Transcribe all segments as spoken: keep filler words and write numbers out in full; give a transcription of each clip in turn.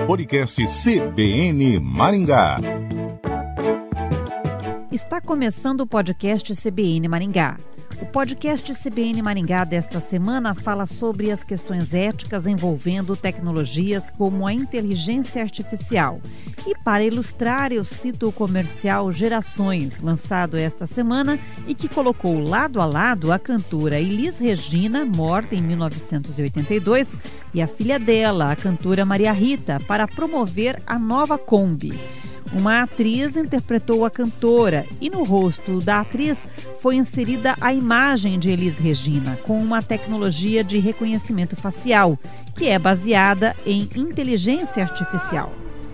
Podcast C B N Maringá. Está começando o podcast C B N Maringá. O podcast C B N Maringá desta semana fala sobre as questões éticas envolvendo tecnologias como a inteligência artificial. E para ilustrar, eu cito o comercial Gerações, lançado esta semana e que colocou lado a lado a cantora Elis Regina, morta em mil novecentos e oitenta e dois, e a filha dela, a cantora Maria Rita, para promover a nova Kombi. Uma atriz interpretou a cantora e no rosto da atriz foi inserida a imagem de Elis Regina com uma tecnologia de reconhecimento facial, que é baseada em inteligência artificial.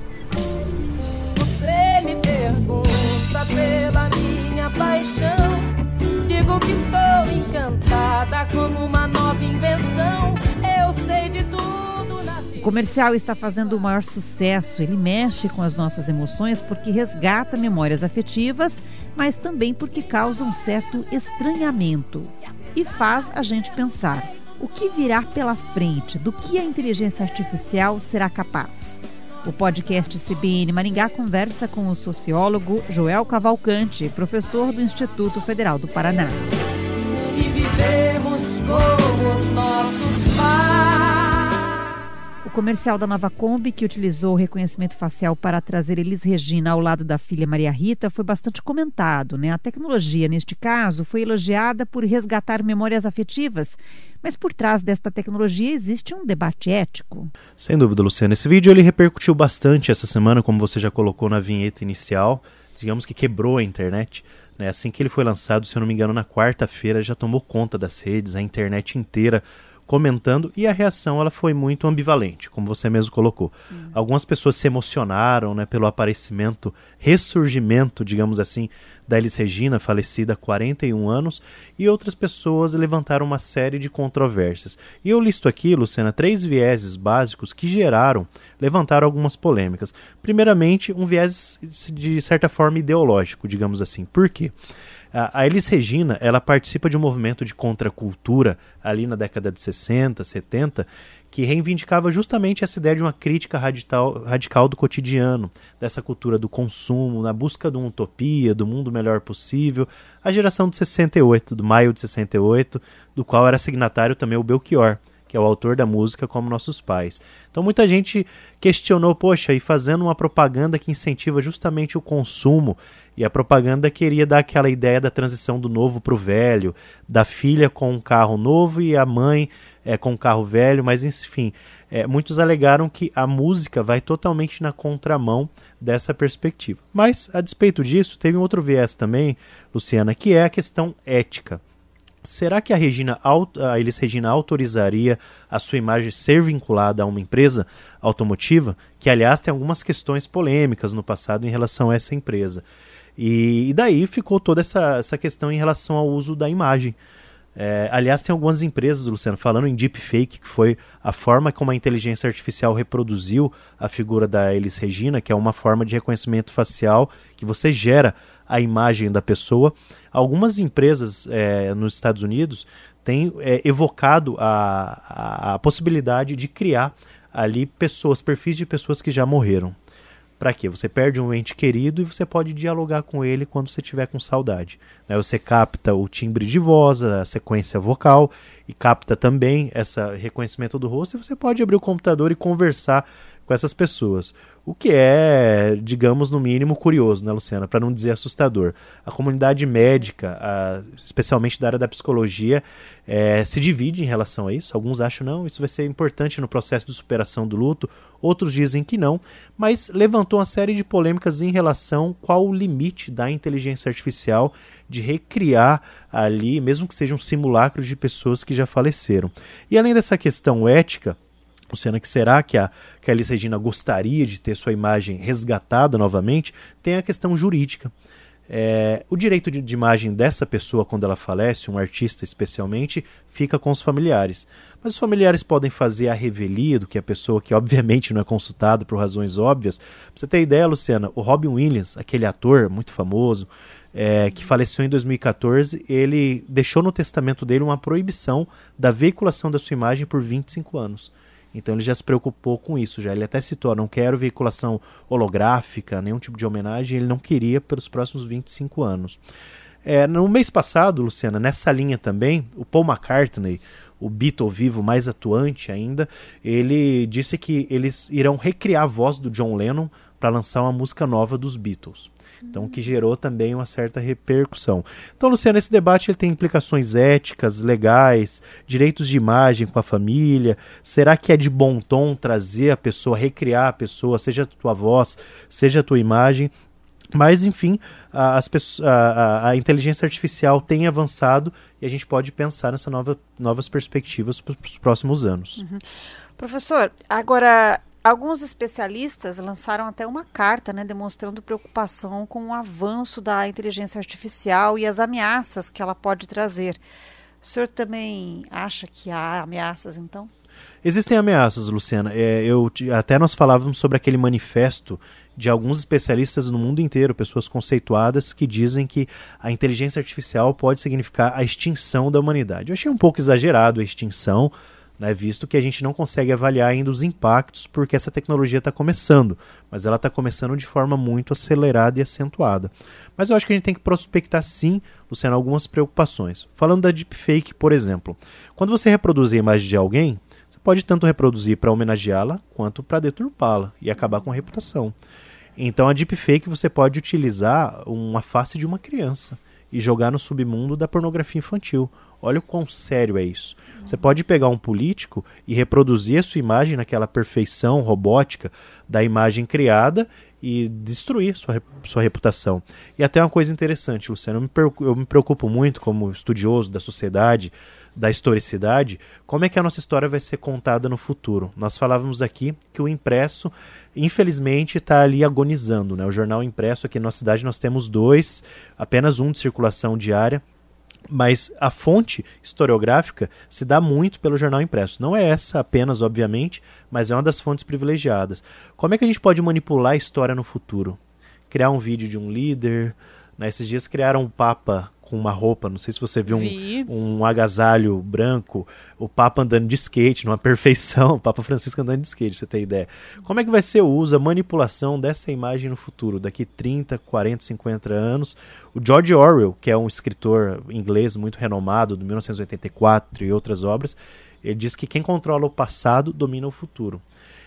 Você me pergunta pela minha paixão, digo que estou encantada como uma nova invenção, eu sei de tudo. O comercial está fazendo o maior sucesso. Ele mexe com as nossas emoções porque resgata memórias afetivas, mas também porque causa um certo estranhamento e faz a gente pensar o que virá pela frente, do que a inteligência artificial será capaz. O podcast C B N Maringá conversa com o sociólogo Joel Cavalcante, professor do Instituto Federal do Paraná. E vivemos como os nossos pais. O comercial da nova Kombi, que utilizou o reconhecimento facial para trazer Elis Regina ao lado da filha Maria Rita, foi bastante comentado, né? A tecnologia, neste caso, foi elogiada por resgatar memórias afetivas, mas por trás desta tecnologia existe um debate ético. Sem dúvida, Luciana. Esse vídeo ele repercutiu bastante essa semana, como você já colocou na vinheta inicial. Digamos que quebrou a internet. Né? Assim que ele foi lançado, se eu não me engano, na quarta-feira, já tomou conta das redes, a internet inteira comentando, e a reação ela foi muito ambivalente, como você mesmo colocou. Hum. Algumas pessoas se emocionaram, né, pelo aparecimento, ressurgimento, digamos assim, da Elis Regina, falecida há quarenta e um anos, e outras pessoas levantaram uma série de controvérsias. E eu listo aqui, Luciana, três vieses básicos que geraram, levantaram algumas polêmicas. Primeiramente, um viés de certa forma ideológico, digamos assim. Por quê? A Elis Regina, ela participa de um movimento de contracultura ali na década de sessenta, setenta, que reivindicava justamente essa ideia de uma crítica radical, radical do cotidiano, dessa cultura do consumo, na busca de uma utopia, do mundo melhor possível. A geração de sessenta e oito, do maio de sessenta e oito, do qual era signatário também o Belchior, que é o autor da música Como Nossos Pais. Então muita gente questionou, poxa, e fazendo uma propaganda que incentiva justamente o consumo, e a propaganda queria dar aquela ideia da transição do novo para o velho, da filha com um carro novo e a mãe é, com um carro velho, mas enfim, é, muitos alegaram que a música vai totalmente na contramão dessa perspectiva. Mas, a despeito disso, teve um outro viés também, Luciana, que é a questão ética. Será que a, Regina, a Elis Regina autorizaria a sua imagem ser vinculada a uma empresa automotiva? Que, aliás, tem algumas questões polêmicas no passado em relação a essa empresa. E, e daí ficou toda essa, essa questão em relação ao uso da imagem. É, aliás, tem algumas empresas, Luciano, falando em deepfake, que foi a forma como a inteligência artificial reproduziu a figura da Elis Regina, que é uma forma de reconhecimento facial que você gera a imagem da pessoa. Algumas empresas é, nos Estados Unidos têm é, evocado a, a, a possibilidade de criar ali pessoas, perfis de pessoas que já morreram. Para quê? Você perde um ente querido e você pode dialogar com ele quando você estiver com saudade. Né? Você capta o timbre de voz, a sequência vocal, e capta também esse reconhecimento do rosto, e você pode abrir o computador e conversar com essas pessoas. O que é, digamos, no mínimo curioso, né, Luciana? Para não dizer assustador. A comunidade médica, a, especialmente da área da psicologia, é, se divide em relação a isso. Alguns acham não, isso vai ser importante no processo de superação do luto. Outros dizem que não, mas levantou uma série de polêmicas em relação qual o limite da inteligência artificial de recriar ali, mesmo que seja um simulacro de pessoas que já faleceram. E além dessa questão ética, Luciana, que será que a, que a Elis Regina gostaria de ter sua imagem resgatada novamente, tem a questão jurídica. É, o direito de, de imagem dessa pessoa, quando ela falece, um artista especialmente, fica com os familiares. Mas os familiares podem fazer a revelia do que a pessoa, que obviamente não é consultada por razões óbvias. Pra você ter ideia, Luciana, o Robin Williams, aquele ator muito famoso, é, que faleceu em dois mil e quatorze, ele deixou no testamento dele uma proibição da veiculação da sua imagem por vinte e cinco anos. Então ele já se preocupou com isso, já. Ele até citou, não quero veiculação holográfica, nenhum tipo de homenagem, ele não queria pelos próximos vinte e cinco anos. É, no mês passado, Luciana, nessa linha também, o Paul McCartney, o Beatle vivo mais atuante ainda, ele disse que eles irão recriar a voz do John Lennon para lançar uma música nova dos Beatles. Então, o que gerou também uma certa repercussão. Então, Luciano, esse debate ele tem implicações éticas, legais, direitos de imagem com a família. Será que é de bom tom trazer a pessoa, recriar a pessoa, seja a tua voz, seja a tua imagem? Mas, enfim, a, as pessoas, a, a inteligência artificial tem avançado e a gente pode pensar nessas nova, novas perspectivas para os próximos anos. Uhum. Professor, agora... alguns especialistas lançaram até uma carta, né, demonstrando preocupação com o avanço da inteligência artificial e as ameaças que ela pode trazer. O senhor também acha que há ameaças, então? Existem ameaças, Luciana. É, eu, até nós falávamos sobre aquele manifesto de alguns especialistas no mundo inteiro, pessoas conceituadas, que dizem que a inteligência artificial pode significar a extinção da humanidade. Eu achei um pouco exagerado a extinção, né, visto que a gente não consegue avaliar ainda os impactos porque essa tecnologia está começando, mas ela está começando de forma muito acelerada e acentuada. Mas eu acho que a gente tem que prospectar sim, Luciano, algumas preocupações. Falando da deepfake, por exemplo, quando você reproduzir a imagem de alguém, você pode tanto reproduzir para homenageá-la quanto para deturpá-la e acabar com a reputação. Então a deepfake você pode utilizar uma face de uma criança e jogar no submundo da pornografia infantil. Olha o quão sério é isso. Você pode pegar um político e reproduzir a sua imagem naquela perfeição robótica da imagem criada e destruir sua, sua reputação. E até uma coisa interessante, Luciano, eu me, preocupo, eu me preocupo muito como estudioso da sociedade, da historicidade, como é que a nossa história vai ser contada no futuro. Nós falávamos aqui que o impresso, infelizmente, está ali agonizando, né? O jornal impresso aqui na nossa cidade nós temos dois, apenas um de circulação diária, mas a fonte historiográfica se dá muito pelo jornal impresso. Não é essa apenas, obviamente, mas é uma das fontes privilegiadas. Como é que a gente pode manipular a história no futuro? Criar um vídeo de um líder, né? Esses dias criaram um papa com uma roupa, não sei se você viu um, um agasalho branco, o Papa andando de skate, numa perfeição, o Papa Francisco andando de skate, você tem ideia. Como é que vai ser o uso, a manipulação dessa imagem no futuro, daqui trinta, quarenta, cinquenta anos? O George Orwell, que é um escritor inglês muito renomado, de mil novecentos e oitenta e quatro e outras obras, ele diz que quem controla o passado domina o futuro.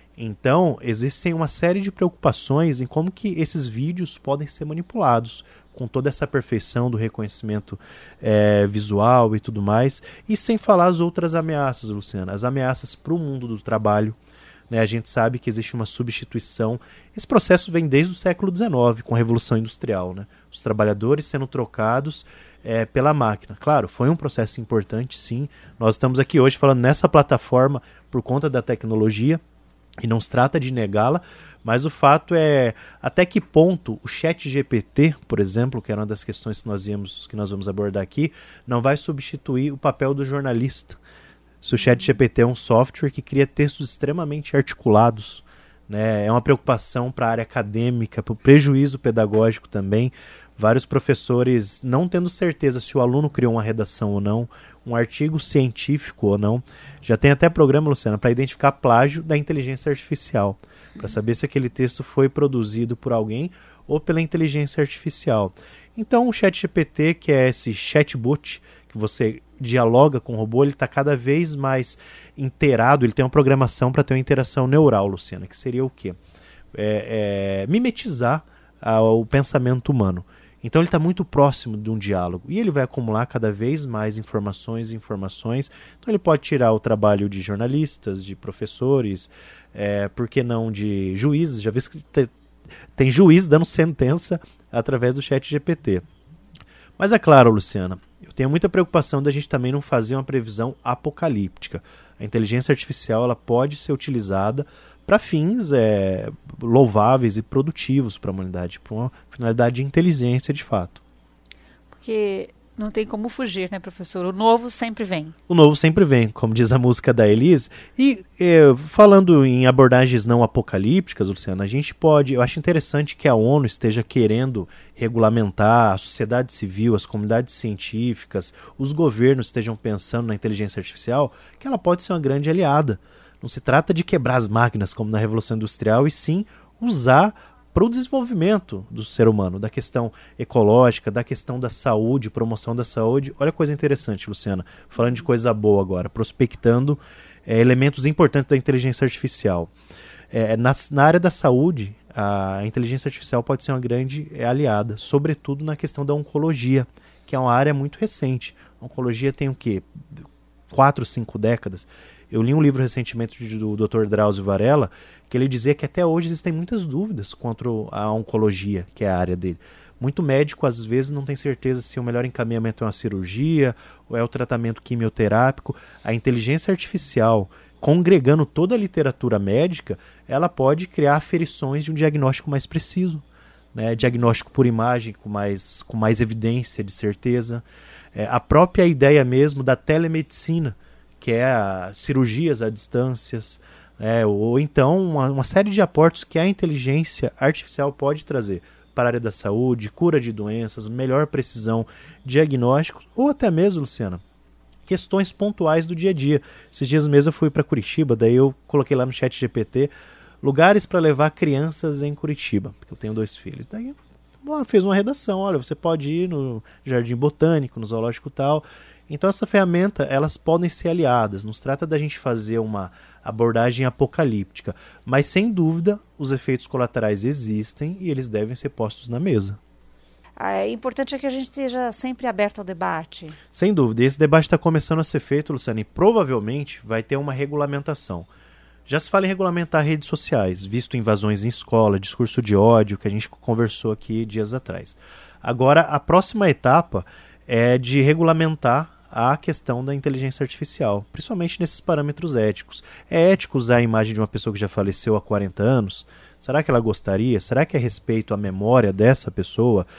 Então, existem uma série de preocupações em como que esses vídeos podem ser manipulados, com toda essa perfeição do reconhecimento é, visual e tudo mais, e sem falar as outras ameaças, Luciana, as ameaças para o mundo do trabalho, né? A gente sabe que existe uma substituição, esse processo vem desde o século dezenove, com a Revolução Industrial, né? Os trabalhadores sendo trocados é, pela máquina. Claro, foi um processo importante, sim, nós estamos aqui hoje falando nessa plataforma por conta da tecnologia, e não se trata de negá-la, mas o fato é até que ponto o chat G P T, por exemplo, que era uma das questões que nós, íamos, que nós vamos abordar aqui, não vai substituir o papel do jornalista. Se o chat G P T é um software que cria textos extremamente articulados, né, é uma preocupação para a área acadêmica, para o prejuízo pedagógico também, vários professores não tendo certeza se o aluno criou uma redação ou não, um artigo científico ou não. Já tem até programa, Luciana, para identificar plágio da inteligência artificial, para saber se aquele texto foi produzido por alguém ou pela inteligência artificial. Então o ChatGPT, que é esse chatbot que você dialoga com o robô, ele está cada vez mais inteirado, ele tem uma programação para ter uma interação neural, Luciana, que seria o quê? É, é, mimetizar a, o pensamento humano. Então ele está muito próximo de um diálogo e ele vai acumular cada vez mais informações e informações. Então ele pode tirar o trabalho de jornalistas, de professores, é, por que não de juízes? Já vi que te, tem juiz dando sentença através do chat G P T. Mas é claro, Luciana, eu tenho muita preocupação da gente também não fazer uma previsão apocalíptica. A inteligência artificial ela pode ser utilizada para fins é, louváveis e produtivos para a humanidade, para uma finalidade de inteligência de fato. Porque não tem como fugir, né, professor? O novo sempre vem. O novo sempre vem, como diz a música da Elis. E é, falando em abordagens não apocalípticas, Luciana, a gente pode, eu acho interessante que a ONU esteja querendo regulamentar, a sociedade civil, as comunidades científicas, os governos estejam pensando na inteligência artificial, que ela pode ser uma grande aliada. Não se trata de quebrar as máquinas como na Revolução Industrial, e sim usar para o desenvolvimento do ser humano, da questão ecológica, da questão da saúde, promoção da saúde. Olha a coisa interessante, Luciana, falando de coisa boa agora, prospectando é, elementos importantes da inteligência artificial. É, na, na área da saúde, a inteligência artificial pode ser uma grande é, aliada, sobretudo na questão da oncologia, que é uma área muito recente. A oncologia tem o quê? Quatro, cinco décadas. Eu li um livro recentemente do doutor Drauzio Varela, que ele dizia que até hoje existem muitas dúvidas contra a oncologia, que é a área dele. Muito médico, às vezes, não tem certeza se o melhor encaminhamento é uma cirurgia ou é o tratamento quimioterápico. A inteligência artificial, congregando toda a literatura médica, ela pode criar aferições de um diagnóstico mais preciso, né? Diagnóstico por imagem com mais, com mais evidência de certeza. É, a própria ideia mesmo da telemedicina, que é a cirurgias à distância, é, ou então uma, uma série de aportes que a inteligência artificial pode trazer para a área da saúde, cura de doenças, melhor precisão, diagnósticos, ou até mesmo, Luciana, questões pontuais do dia a dia. Esses dias mesmo eu fui para Curitiba, daí eu coloquei lá no chat G P T lugares para levar crianças em Curitiba, porque eu tenho dois filhos. Daí ela fez uma redação, olha, você pode ir no Jardim Botânico, no Zoológico tal. Então essa ferramenta, elas podem ser aliadas, não se trata da gente fazer uma abordagem apocalíptica, mas sem dúvida os efeitos colaterais existem e eles devem ser postos na mesa. É importante é que a gente esteja sempre aberto ao debate. Sem dúvida, esse debate está começando a ser feito, Luciana, e provavelmente vai ter uma regulamentação. Já se fala em regulamentar redes sociais, visto invasões em escola, discurso de ódio, que a gente conversou aqui dias atrás. Agora, a próxima etapa é de regulamentar a questão da inteligência artificial, principalmente nesses parâmetros éticos. É ético usar a imagem de uma pessoa que já faleceu há quarenta anos? Será que ela gostaria? Será que é respeito à memória dessa pessoa?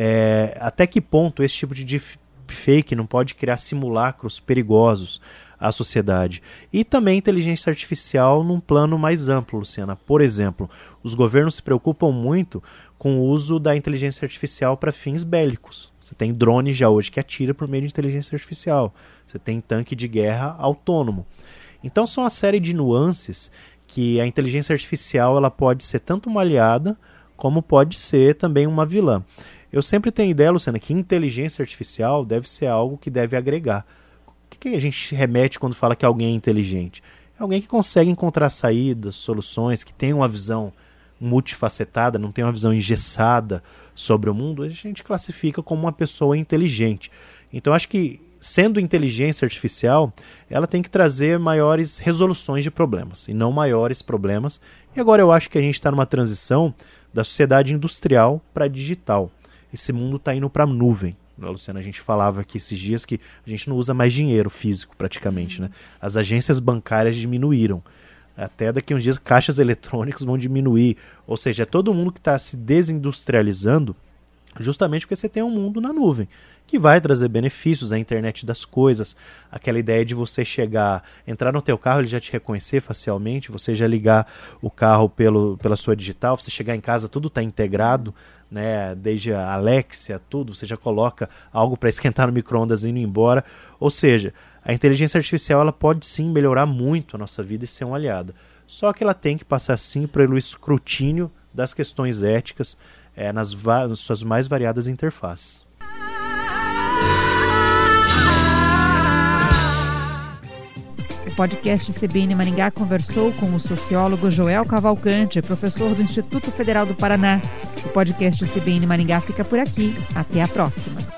É, até que ponto esse tipo de deepfake não pode criar simulacros perigosos à sociedade? E também inteligência artificial num plano mais amplo, Luciana. Por exemplo, os governos se preocupam muito com o uso da inteligência artificial para fins bélicos. Você tem drone já hoje que atira por meio de inteligência artificial. Você tem tanque de guerra autônomo. Então são uma série de nuances que a inteligência artificial ela pode ser tanto uma aliada como pode ser também uma vilã. Eu sempre tenho ideia, Luciana, que inteligência artificial deve ser algo que deve agregar. O que a gente remete quando fala que alguém é inteligente? É alguém que consegue encontrar saídas, soluções, que tem uma visão multifacetada, não tem uma visão engessada sobre o mundo. A gente classifica como uma pessoa inteligente. Então acho que, sendo inteligência artificial, ela tem que trazer maiores resoluções de problemas e não maiores problemas. E agora eu acho que a gente está numa transição da sociedade industrial para digital. Esse mundo está indo para a nuvem. Luciana, a gente falava aqui esses dias que a gente não usa mais dinheiro físico praticamente, né? As agências bancárias diminuíram. Até daqui a uns dias caixas eletrônicos vão diminuir. Ou seja, é todo mundo que está se desindustrializando justamente porque você tem um mundo na nuvem, que vai trazer benefícios, a internet das coisas, aquela ideia de você chegar, entrar no teu carro, ele já te reconhecer facialmente, você já ligar o carro pelo, pela sua digital, você chegar em casa, tudo está integrado, né? Desde a Alexia, tudo, você já coloca algo para esquentar no micro-ondas e indo embora. Ou seja, a inteligência artificial ela pode sim melhorar muito a nossa vida e ser uma aliada. Só que ela tem que passar sim pelo escrutínio das questões éticas é, nas, nas suas mais variadas interfaces. O podcast C B N Maringá conversou com o sociólogo Joel Cavalcante, professor do Instituto Federal do Paraná. O podcast C B N Maringá fica por aqui. Até a próxima.